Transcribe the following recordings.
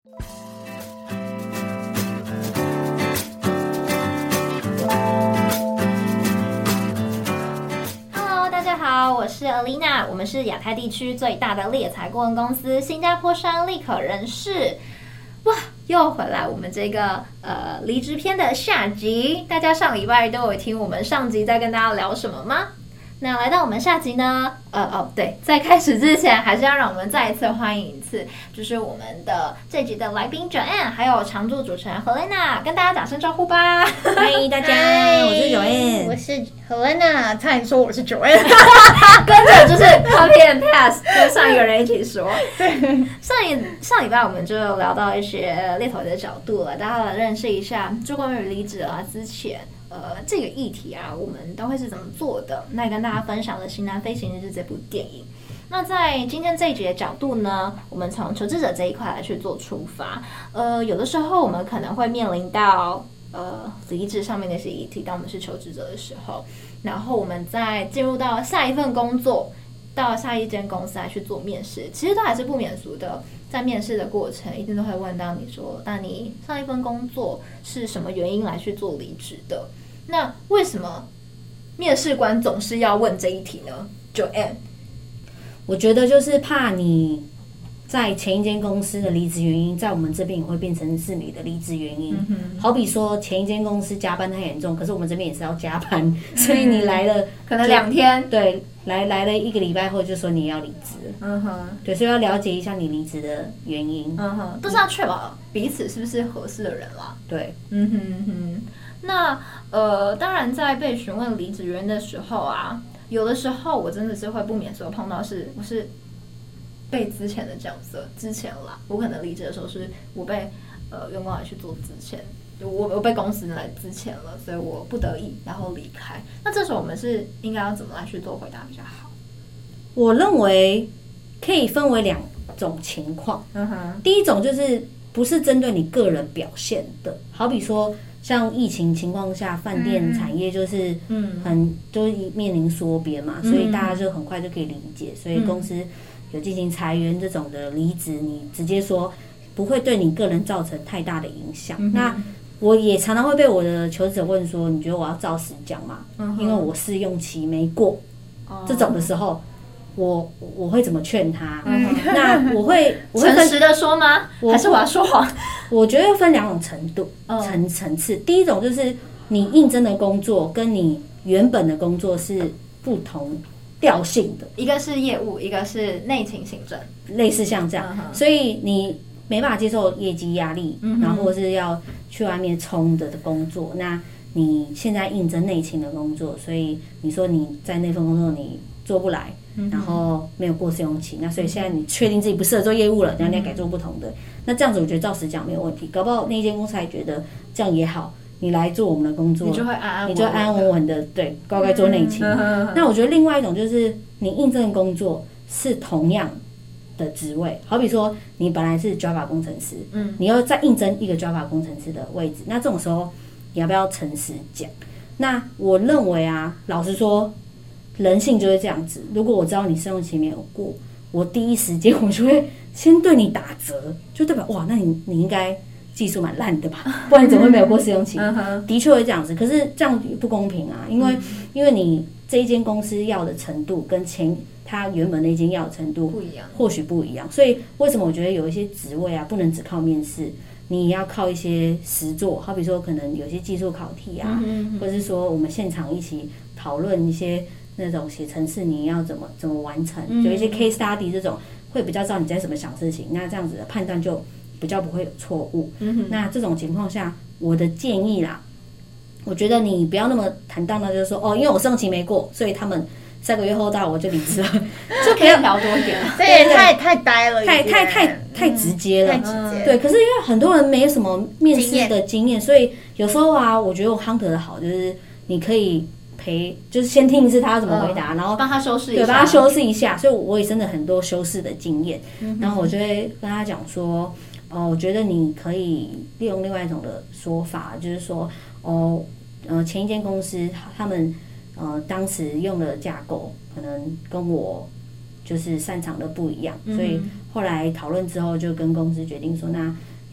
好，我是 Alina， 我们是亚太地区最大的猎才顾问公司新加坡商立可人事。哇，又回来我们这个离职篇的下集，大家上礼拜都有听我们上集在跟大家聊什么吗？那来到我们下集呢，对，在开始之前，还是要让我们再一次欢迎一次，就是我们的这集的来宾 Joanne， 还有常驻主持人 Helena， 跟大家打声招呼吧。 欢迎大家，我是 Joanne， 我是 Helena， 差点说我是 Joanne， 跟着就是 copy and paste， 跟上一个人一起说。对，上礼拜我们就聊到一些猎头的角度了，大家来认识一下，就关于离职啊之前。这个议题啊，我们都会是怎么做的？那也跟大家分享了《型男飞行日志》这部电影。那在今天这一集的角度呢，我们从求职者这一块来去做出发。有的时候我们可能会面临到离职上面的一些议题，当我们是求职者的时候，然后我们再进入到下一份工作，到下一间公司来去做面试，其实都还是不免俗的。在面试的过程，一定都会问到你说，那你上一份工作是什么原因来去做离职的？那为什么面试官总是要问这一题呢 ？Joanne， 我觉得就是怕你在前一间公司的离职原因，在我们这边也会变成是你的离职原因。好比说前一间公司加班太严重，可是我们这边也是要加班，所以你来了可能2天， 对，来了1个礼拜后就说你要离职。对，所以要了解一下你离职的原因。 都是要确保彼此是不是合适的人啦。 对， 那当然在被询问离职原因的时候啊，有的时候我真的是会不免说碰到我是被资遣的角色，之前啦，我可能离职的时候是我被员工来去做资遣，我被公司来资遣了，所以我不得已然后离开。那这时候我们是应该要怎么来去做回答比较好？ 我认为可以分为2种情况。第一种就是不是针对你个人表现的，好比说像疫情情况下，饭店产业就是都面临缩编嘛，所以大家就很快就可以理解，所以公司有进行裁员这种的离职，你直接说不会对你个人造成太大的影响。那我也常常会被我的求职者问说，你觉得我要照实讲吗？因为我试用期没过，这种的时候。我会怎么劝他？那我会诚实的说吗？还是我要说谎？ 我觉得要分2种程度、层次。第一种就是你应征的工作跟你原本的工作是不同调性的， 一个是业务，一个是内勤行政， 类似像这样，所以你没办法接受业绩压力，然后或是要去外面冲的工作。那你现在应征内勤的工作，所以你说你在那份工作你做不来。然后没有过试用期，那所以现在你确定自己不适合做业务了，然后你要改做不同的，那这样子我觉得照实讲没有问题，搞不好那间公司还觉得这样也好，你来做我们的工作， 你就会安安稳稳的，对，乖乖做内勤。那我觉得另外一种就是你应征的工作是同样的职位，好比说你本来是 Java 工程师，你要再应征一个 Java 工程师的位置，那这种时候你要不要诚实讲？那我认为啊，老实说。人性就是这样子，如果我知道你试用期没有过，我第一时间我就会先对你打折，就代表哇，那你应该技术蛮烂的吧，不然你怎么会没有过试用期？的确会这样子，可是这样不公平啊，因为你这一间公司要的程度跟他原本那间要的程度不一样， 或许不一样，所以为什么我觉得有一些职位啊，不能只靠面试，你也要靠一些实作，好比说可能有些技术考题啊，或者是说我们现场一起讨论一些。那种写程式你要怎么完成，有一些 case study 这种会比较知道你在怎么想事情，那这样子的判断就比较不会有错误。那这种情况下，我的建议啦，我觉得你不要那么坦荡的，就是说因为我试用期没过，所以他们3个月后到我就离职了， 就可以聊多一点了。 这也太呆了， 太直接了， 太直接。 对，可是因为很多人没什么面试的经验，所以有时候啊，我觉得我 hunter 的好就是你可以。就是先听一次他怎么回答，然后帮他修饰一下， 对，帮他修饰一下。所以我也真的很多修饰的经验，然后我就会跟他讲说，我觉得你可以利用另外一种的说法，就是说，前一间公司他们当时用的架构可能跟我就是擅长的不一样，所以后来讨论之后就跟公司决定说，那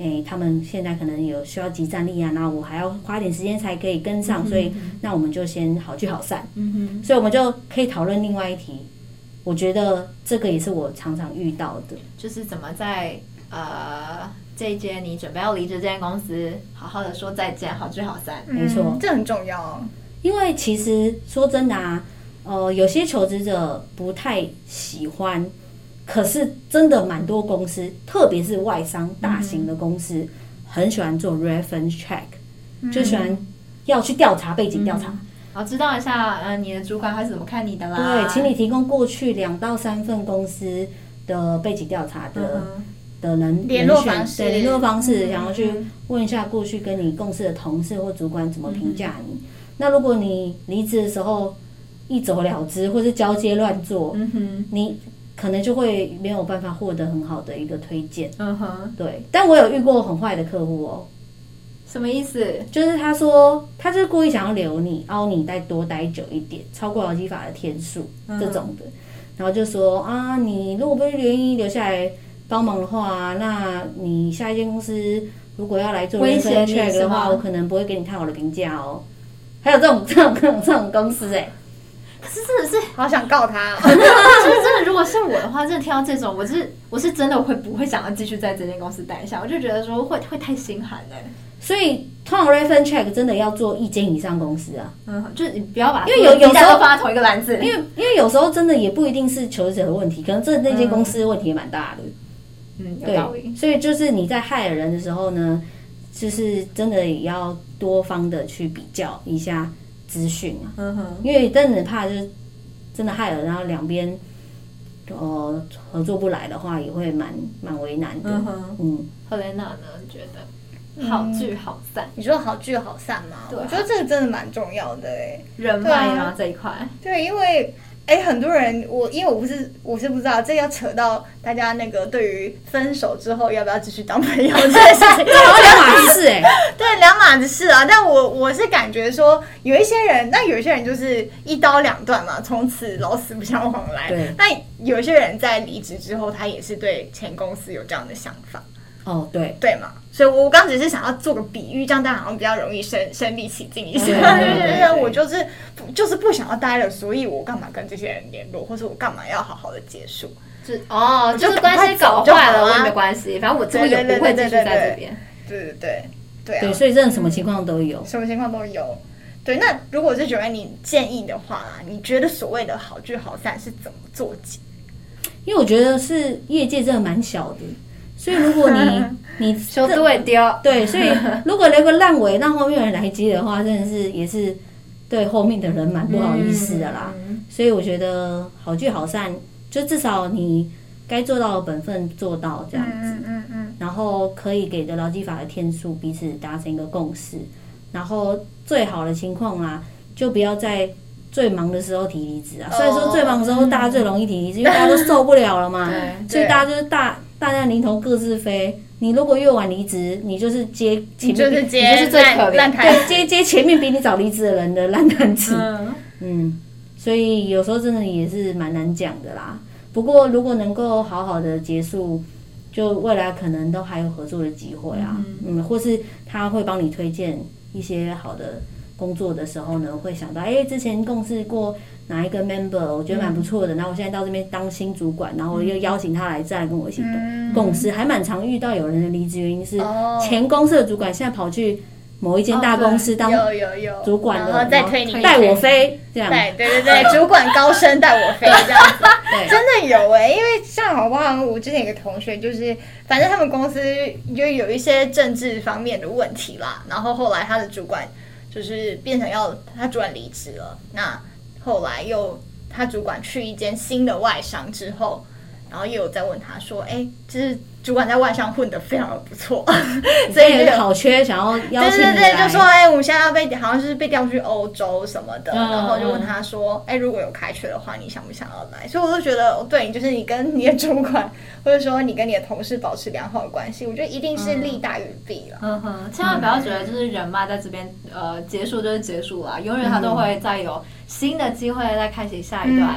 他们现在可能有需要集战力啊，然后我还要花点时间才可以跟上，所以那我们就先好聚好散。所以我们就可以讨论另外一题。我觉得这个也是我常常遇到的， 就是怎么在这一间你准备要离职这间公司，好好的说再见，好聚好散。 没错， 这很重要。 因为其实说真的啊，有些求职者不太喜欢，可是真的蛮多公司，特别是外商大型的公司，很喜欢做 reference check，就喜欢要去调查背景调查。 好，知道一下，你的主管他是怎么看你的啦？ 对，请你提供过去2到3份公司的背景调查的联络方式， 对，联络方式，然后去问一下过去跟你共事的同事或主管怎么评价你。那如果你离职的时候一走了之，或是交接乱做，你可能就会没有办法获得很好的一个推荐。对。但我有遇过很坏的客户哦。 什么意思？ 就是他说，他就是故意想要留你，凹你再多待久一点，超过劳基法的天数这种的。然后就说啊，你如果不愿意留下来帮忙的话，那你下一间公司如果要来做 reference check 的话，我可能不会给你太好的评价哦。还有这种公司可是真的是好想告他、 就是真的，如果是我的话，真的听到这种，我是真的不会想要继续在这间公司待下，我就觉得说会太心寒了。 所以通常 reference check 真的要做1间以上公司啊， 就是你不要把因为有时候放在同一个篮子， 因为有时候真的也不一定是求职者的问题，可能那间公司问题也蛮大的。 有道理。 所以就是你在hire人的时候呢，就是真的也要多方的去比较一下资讯啊，因为真的怕就是真的hire，然后两边合作不来的话，也会蛮为难的。 Helena呢？你觉得？好聚好散， 你说好聚好散吗？我觉得这个真的蛮重要的人脉啊这一块。 对，因为很多人因为我是不知道，这要扯到大家那个对于分手之后要不要继续当朋友这件事情， 这好像两码子事对，两码子事啊。但我是感觉说，有一些人就是一刀两断嘛，从此老死不相往来。 对。 那有一些人在离职之后，他也是对前公司有这样的想法。 对嘛，所以我刚只是想要做个比喻，这样大家好像比较容易身临其境一些。我就是不想要待了，所以我干嘛跟这些人联络，或者我干嘛要好好的结束？ 就是关系搞坏了，我也没关系，反正我之后也不会继续在这边。 对， 所以真的什么情况都有， 什么情况都有。对，那如果是Joanne你建议的话，你觉得所谓的好聚好散是怎么做起？ 因为我觉得是业界真的蛮小的。所以如果你修都会丢， 对，所以如果留个烂尾让后面人来接的话，真的是也是对后面的人蛮不好意思的啦。所以我觉得好聚好散，就至少你该做到的本分做到这样子，然后可以给的劳基法的天数彼此达成一个共识，然后最好的情况啦，就不要在最忙的时候提离职啊。虽然说最忙的时候大家最容易提离职，因为大家都受不了了嘛，所以大家就是大家临头各自飞。你如果越晚离职，你就是接前面，你就是最可怜， 对，接前面比你早离职的人的烂摊子。所以有时候真的也是蛮难讲的啦。不过如果能够好好的结束，就未来可能都还有合作的机会啊。或是他会帮你推荐一些好的工作的时候呢，会想到之前共事过哪一个 member， 我觉得蛮不错的，然后我现在到这边当新主管，然后我又邀请他来再来跟我一起共事，还蛮常遇到有人的离职原因是前公司的主管现在跑去某一间大公司当主管了， 然后再推你带我飞这样。 对，主管高升带我飞这样子，真的有因为像好不好？我之前有个同学就是，反正他们公司就有一些政治方面的问题啦，然后后来他的主管就是变成他主管离职了，那后来他主管去一间新的外商之后，然后又有在问他说，就是主管在外商混得非常的不错， 所以有一个好缺想要邀请你来， 对，就说我们现在好像是被调去欧洲什么的，然后就问他说，如果有开缺的话，你想不想要来？所以我就觉得，对，就是你跟你的主管，或者说你跟你的同事保持良好的关系，我觉得一定是利大于弊了。 千万不要觉得就是人脉在这边结束就是结束啦，永远他都会再有新的机会再开启下一段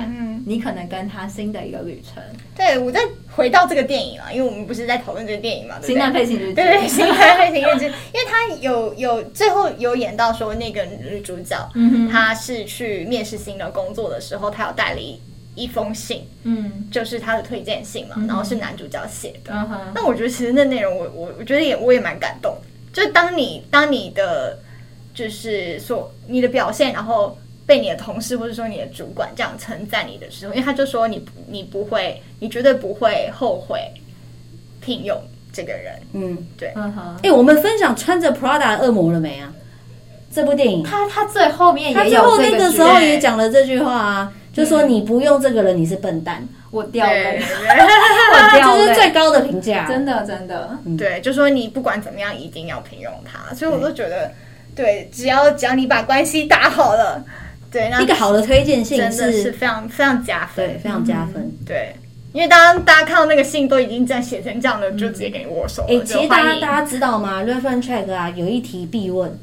你可能跟他新的一个旅程。 对，我再回到这个电影了，因为我们不是在讨论这个电影嘛，对不对？ 新南飞行日志， 对，新南飞行日志，因为他有最后有演到说那个女主角，她是去面试新的工作的时候，她有带了一封信，就是她的推荐信嘛，然后是男主角写的。那我觉得其实那内容我觉得我也蛮感动的，就是当你的就是说你的表现，然后被你的同事或者说你的主管这样称赞你的时候，因为他就说你不会，你绝对不会后悔聘用这个人。对。 我们分享穿着 Prada 的恶魔了没啊？这部电影他最后面也有最后那个时候也讲了这句话啊，就说你不用这个人你是笨蛋。 我掉泪， 这是最高的评价， 真的。 对，就说你不管怎么样一定要聘用他，所以我都觉得，对，只要你把关系打好了。对，那一个好的推荐信真的是非常非常加分， 对，非常加分。 对，因为大家看到那个信都已经这样写成这样了，就直接给你握手了。 其实大家知道吗 ？Reference check 啊，有一题必问。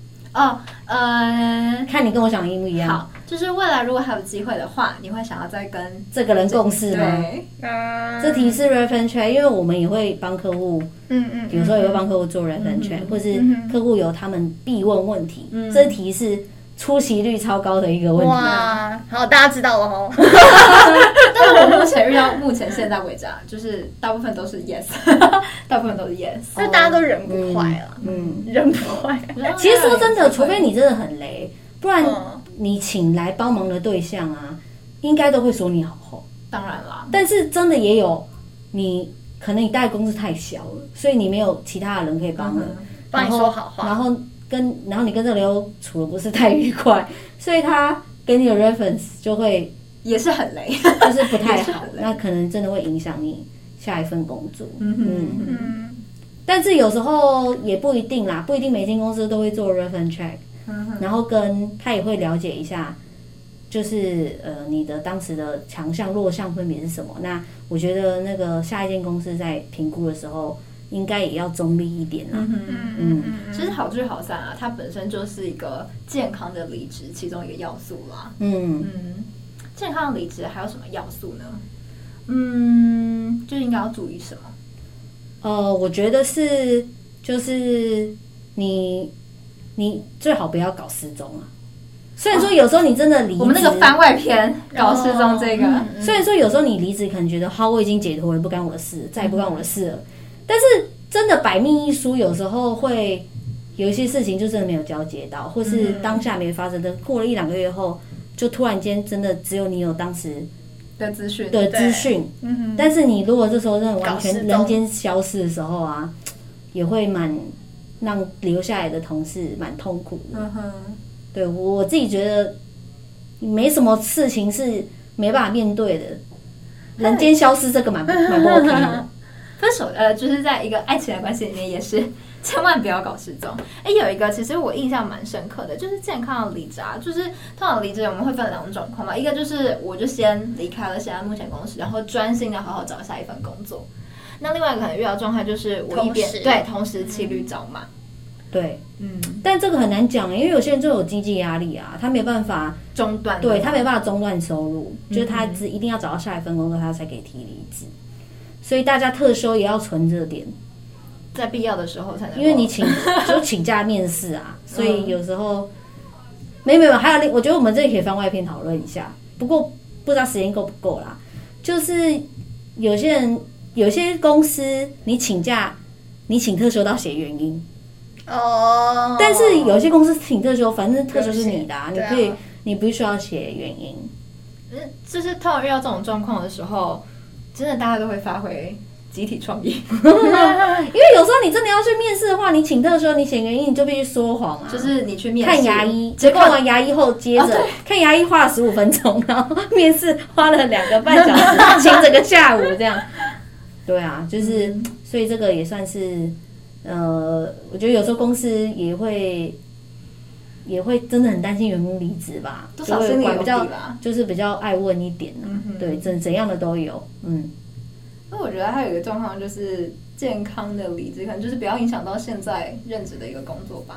看你跟我想的一不一样。 好，就是未来如果还有机会的话，你会想要再跟这个人共事吗？ 对， 这题是 reference check， 因为我们也会帮客户，有时候也会帮客户做 reference check，或是客户有他们必问问题，这题是出席率超高的一个问题。 哇，好，大家知道了哦。 但是我目前遇到现在为止啊，就是大部分都是 yes， 大部分都是 yes， 就大家都人不坏了，人不坏。 其实说真的，除非你真的很雷，不然你请来帮忙的对象啊，应该都会说你好话。 当然啦， 但是真的也有你可能你待的公司太小了，所以你没有其他的人可以帮了， 帮你说好话， 然后你跟这个人又处的不是太愉快，所以他给你的 reference 就会也是很雷， 就是不太好，那可能真的会影响你下一份工作。但是有时候也不一定啦，不一定每间公司都会做 reference check，然后他也会了解一下，就是你的当时的强项弱项分别是什么。那我觉得那个下一间公司在评估的时候，应该也要中立一点啦。 其实好聚好散啊，它本身就是一个健康的离职其中一个要素啦。健康的离职还有什么要素呢？就应该要注意什么？ 我觉得就是你最好不要搞失踪啊。虽然说有时候你真的离职， 我们那个番外篇搞失踪这个， 虽然说有时候你离职可能觉得好，我已经解脱了，不干我的事，再也不干我的事了。但是真的百密一疏，有时候会有一些事情就真的没有交接到，或是当下没发生的，过了1-2个月后，就突然间真的只有你有当时的资讯， 但是你如果这时候真的完全人间消失的时候啊，也会让留下来的同事蛮痛苦的。对，我自己觉得没什么事情是没办法面对的，人间消失这个蛮不 OK 的。 分手就是在一个爱情的关系里面也是千万不要搞失踪。有一个其实我印象蛮深刻的，就是健康的离职啊，就是通常离职我们会分2种状况嘛，一个就是我就先离开了现在目前公司，然后专心的好好找下一份工作。那另外一个可能遇到状态就是我同时骑驴找马。 对，但这个很难讲，因为有些人就有经济压力啊，他没办法中断， 对他没办法中断收入，就是他一定要找到下一份工作，他才可以提离职。所以大家特休也要存着点， 在必要的时候才能。 因为你请假面试啊，所以有时候没有，还有我觉得我们这里可以番外篇讨论一下，不过不知道时间够不够啦。就是有些公司你请假，你请特休都要写原因。但是有些公司请特休，反正特休是你的啊，你不需要写原因。 就是通常遇到这种状况的时候，真的大家都会发挥集体创意，因为有时候你真的要去面试的话，你请特休，你写原因，你就必须说谎啊。 就是你去面试看牙医，结果看完牙医后，接着看牙医花了15分钟，然后面试花了2个半小时，请整个下午这样。对啊，就是所以这个也算是。我觉得有时候公司也会真的很担心员工离职吧， 多少心里有底吧， 就是比较爱问一点对，怎样的都有。 那我觉得还有一个状况就是健康的离职，可能就是不要影响到现在任职的一个工作吧。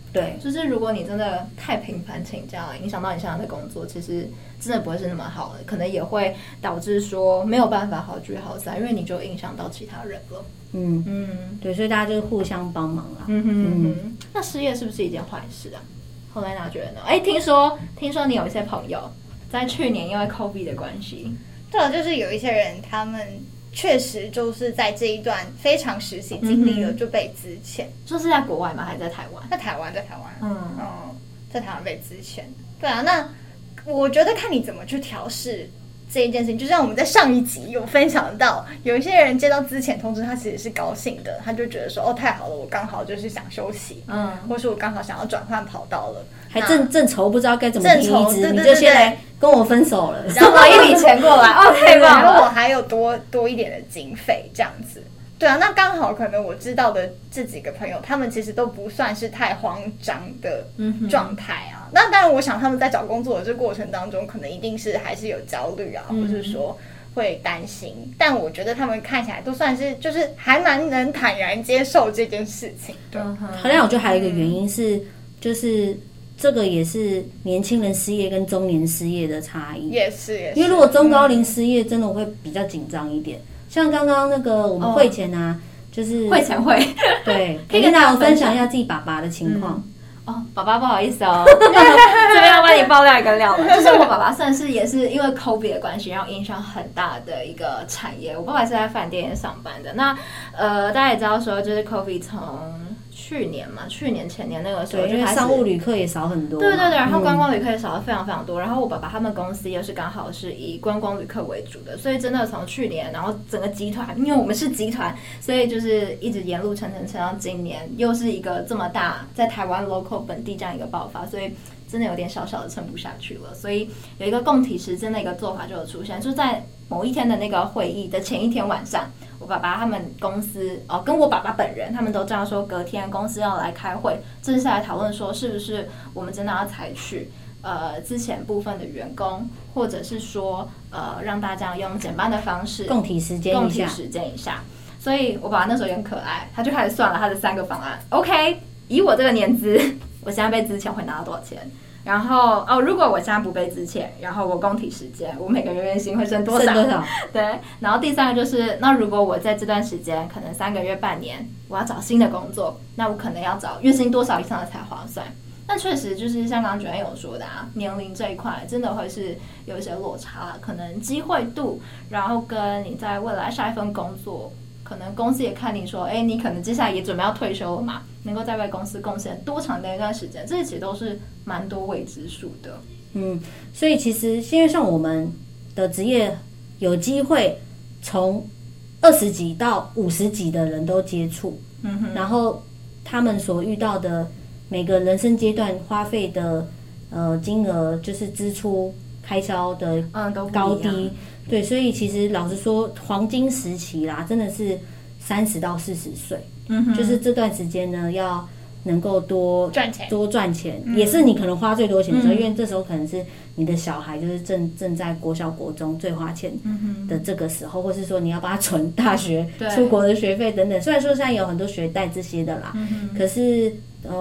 对， 就是如果你真的太频繁请假了，影响到你现在的工作，其实真的不会是那么好的，可能也会导致说没有办法好聚好散，因为你就影响到其他人了。 对，所以大家就是互相帮忙啦。 那失业是不是一件坏事啊？后来哪觉得呢？听说你有一些朋友在去年因为 COVID 的关系， 对啊，就是有一些人他们确实就是在这一段非常时期经历了就被资遣。 说是在国外吗？还是在台湾？ 在台湾。在台湾被资遣。对啊，那我觉得看你怎么去调试这一件事情。就像我们在上一集有分享到，有一些人接到资遣通知，他其实是高兴的，他就觉得说哦太好了，我刚好就是想休息，或是我刚好想要转换跑道了， 还正愁不知道该怎么提离职，你就先来跟我分手了， 然后拿一笔钱过来，哦太棒了， 然后我还有多一点的经费这样子。对啊，那刚好可能我知道的这几个朋友，他们其实都不算是太慌张的状态啊。那当然，我想他们在找工作的这过程当中，可能一定是还是有焦虑啊，或是说会担心。但我觉得他们看起来都算是就是还蛮能坦然接受这件事情的。 好像我觉得还有一个原因是，就是这个也是年轻人失业跟中年失业的差异。 也是。 因为如果中高龄失业，真的会比较紧张一点。像刚刚那个我们会前啊，就是会前会， 对，可以跟大家分享一下自己爸爸的情况。 爸爸不好意思哦，这边要帮你爆料一个料了，就是我爸爸算是也是因为 COVID 的关系，然后影响很大的一个产业。我爸爸是在饭店业上班的。那大家也知道说，就是 COVID 从去年前年那个时候就开始， 因为商务旅客也少很多， 对，然后观光旅客也少了非常非常多。然后我爸爸他们公司又是刚好是以观光旅客为主的，所以真的从去年，然后整个集团，因为我们是集团，所以就是一直沿路撑到今年，又是一个这么大在台湾 local 本地这样一个爆发，所以真的有点小小的撑不下去了。所以有一个共体时间的一个做法就有出现，就在某一天的那个会议的前一天晚上，我爸爸他们公司跟我爸爸本人他们都知道说隔天公司要来开会，正式来讨论说是不是我们真的要采取之前部分的员工，或者是说让大家用减班的方式共体时间一下。所以我爸爸那时候也很可爱，他就开始算了他的3个方案。OK， 以我这个年资，我现在被资遣会拿到多少钱？然后如果我现在不被资遣，然后我共体时间，我每个月月薪会剩多少？对。然后第3个就是，那如果我在这段时间可能3个月、半年，我要找新的工作，那我可能要找月薪多少以上的才划算？那确实就是像刚刚Joanne有说的年龄这一块真的会是有一些落差，可能机会度，然后跟你在未来下一份工作，可能公司也看你说，你可能接下来也准备要退休了嘛，能够再为公司贡献多长的一段时间，这些其实都是蛮多未知数的。 所以其实因为像我们的职业有机会从20几到50几的人都接触，然后他们所遇到的每个人生阶段花费的金额，就是支出开销的高低，对，所以其实老实说，黄金时期啦，真的是30到40岁，就是这段时间呢，要能够多赚钱，也是你可能花最多钱的时候，因为这时候可能是你的小孩就是正在国小国中最花钱的这个时候，或是说你要帮他存大学出国的学费等等。虽然说现在有很多学贷这些的啦，可是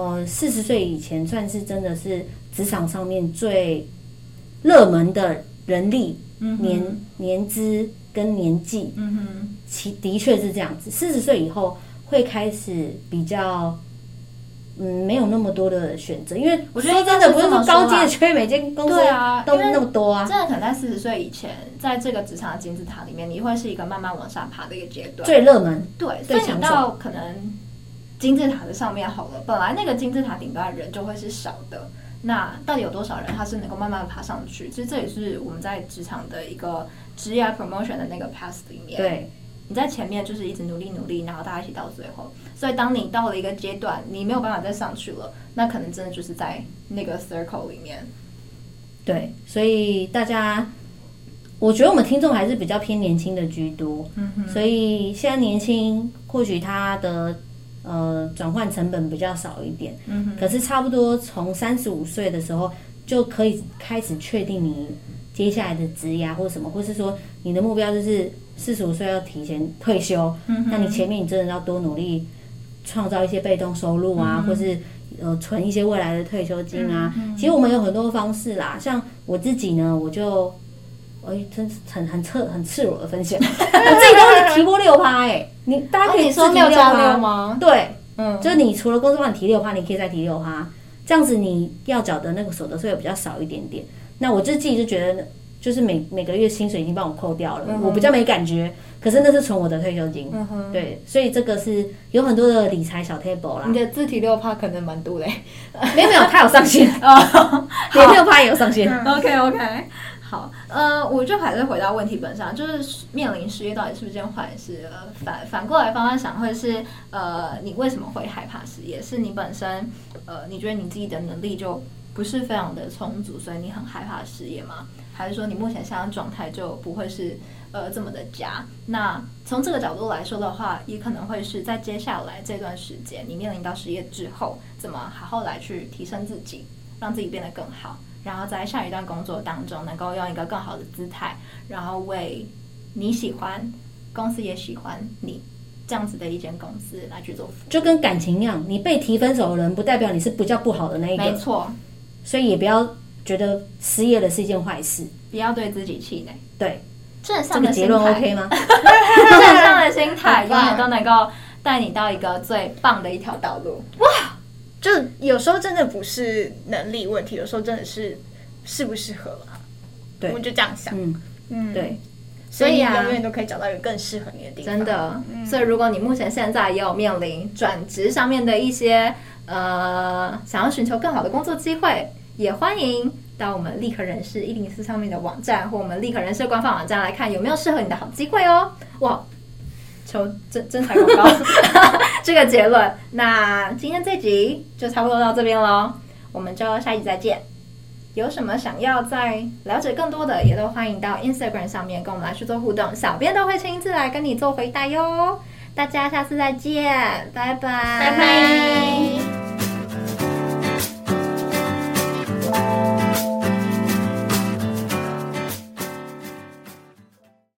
40岁以前算是真的是职场上面最热门的人力。年资跟年纪，的确是这样子。40岁以后会开始比较，没有那么多的选择，因为我觉得真的不是说高阶的缺每间公司都那么多啊。 真的可能在40岁以前，在这个职场的金字塔里面，你会是一个慢慢往上爬的一个阶段， 最热门。 对，所以你到可能金字塔的上面好了，本来那个金字塔顶端的人就会是少的。那到底有多少人他是能够慢慢爬上去？其实这也是我们在职场的一个职业 promotion 的那个 path 里面。 对， 你在前面就是一直努力，然后大家一起到最后。所以当你到了一个阶段，你没有办法再上去了，那可能真的就是在那个 circle 里面。 对，所以大家，我觉得我们听众还是比较偏年轻的居多。所以现在年轻，或许他的转换成本比较少一点，可是差不多从35岁的时候就可以开始确定你接下来的职涯或什么，或是说你的目标就是45岁要提前退休，那你前面你真的要多努力创造一些被动收入啊，或是存一些未来的退休金啊。其实我们有很多方式啦，像我自己呢，我就真很赤裸的分享，我自己都是提拨6%你大家可以说6+6吗？ 对，就是你除了工作帮你提6%，你可以再提6%，这样子你要缴的那个所得税比较少一点点。那我自己就觉得，就是每个月薪水已经帮我扣掉了，我比较没感觉。可是那是存我的退休金，对，所以这个是有很多的理财小 table 啦。 你的自提6%可能蛮多的， 没有，它有上限，连6%也有上限。 OK。好，我就还是回到问题本上，就是面临失业到底是不是件坏事？反过来方向想，会是你为什么会害怕失业？是你本身你觉得你自己的能力就不是非常的充足，所以你很害怕失业吗？还是说你目前现在的状态就不会是这么的佳？那从这个角度来说的话，也可能会是在接下来这段时间，你面临到失业之后，怎么好好来去提升自己，让自己变得更好。然后在下一段工作当中，能够用一个更好的姿态，然后为你喜欢、公司也喜欢你这样子的一间公司来去做服务。 就跟感情一样，你被提分手的人，不代表你是比较不好的那一个。 没错， 所以也不要觉得失业了是一件坏事， 不要对自己气馁。 对， 正向的心态， 这个结论 OK 吗？ 正向的心态永远都能够带你到一个最棒的一条道路。 哇！就有时候真的不是能力问题，有时候真的是适不适合啊。对，我就这样想。 对。 所以永远都可以找到一个更适合你的地方。 真的，所以如果你目前现在也有面临转职上面的一些想要寻求更好的工作机会，也欢迎到我们立可人事104上面的网站或我们立可人事官方网站来看有没有适合你的好机会哦。哇！求真才广告这个结论。那今天这集就差不多到这边咯，我们就下一集再见。有什么想要再了解更多的，也都欢迎到 Instagram 上面跟我们来去做互动，小编都会亲自来跟你做回答哟。大家下次再见，拜拜， 拜拜。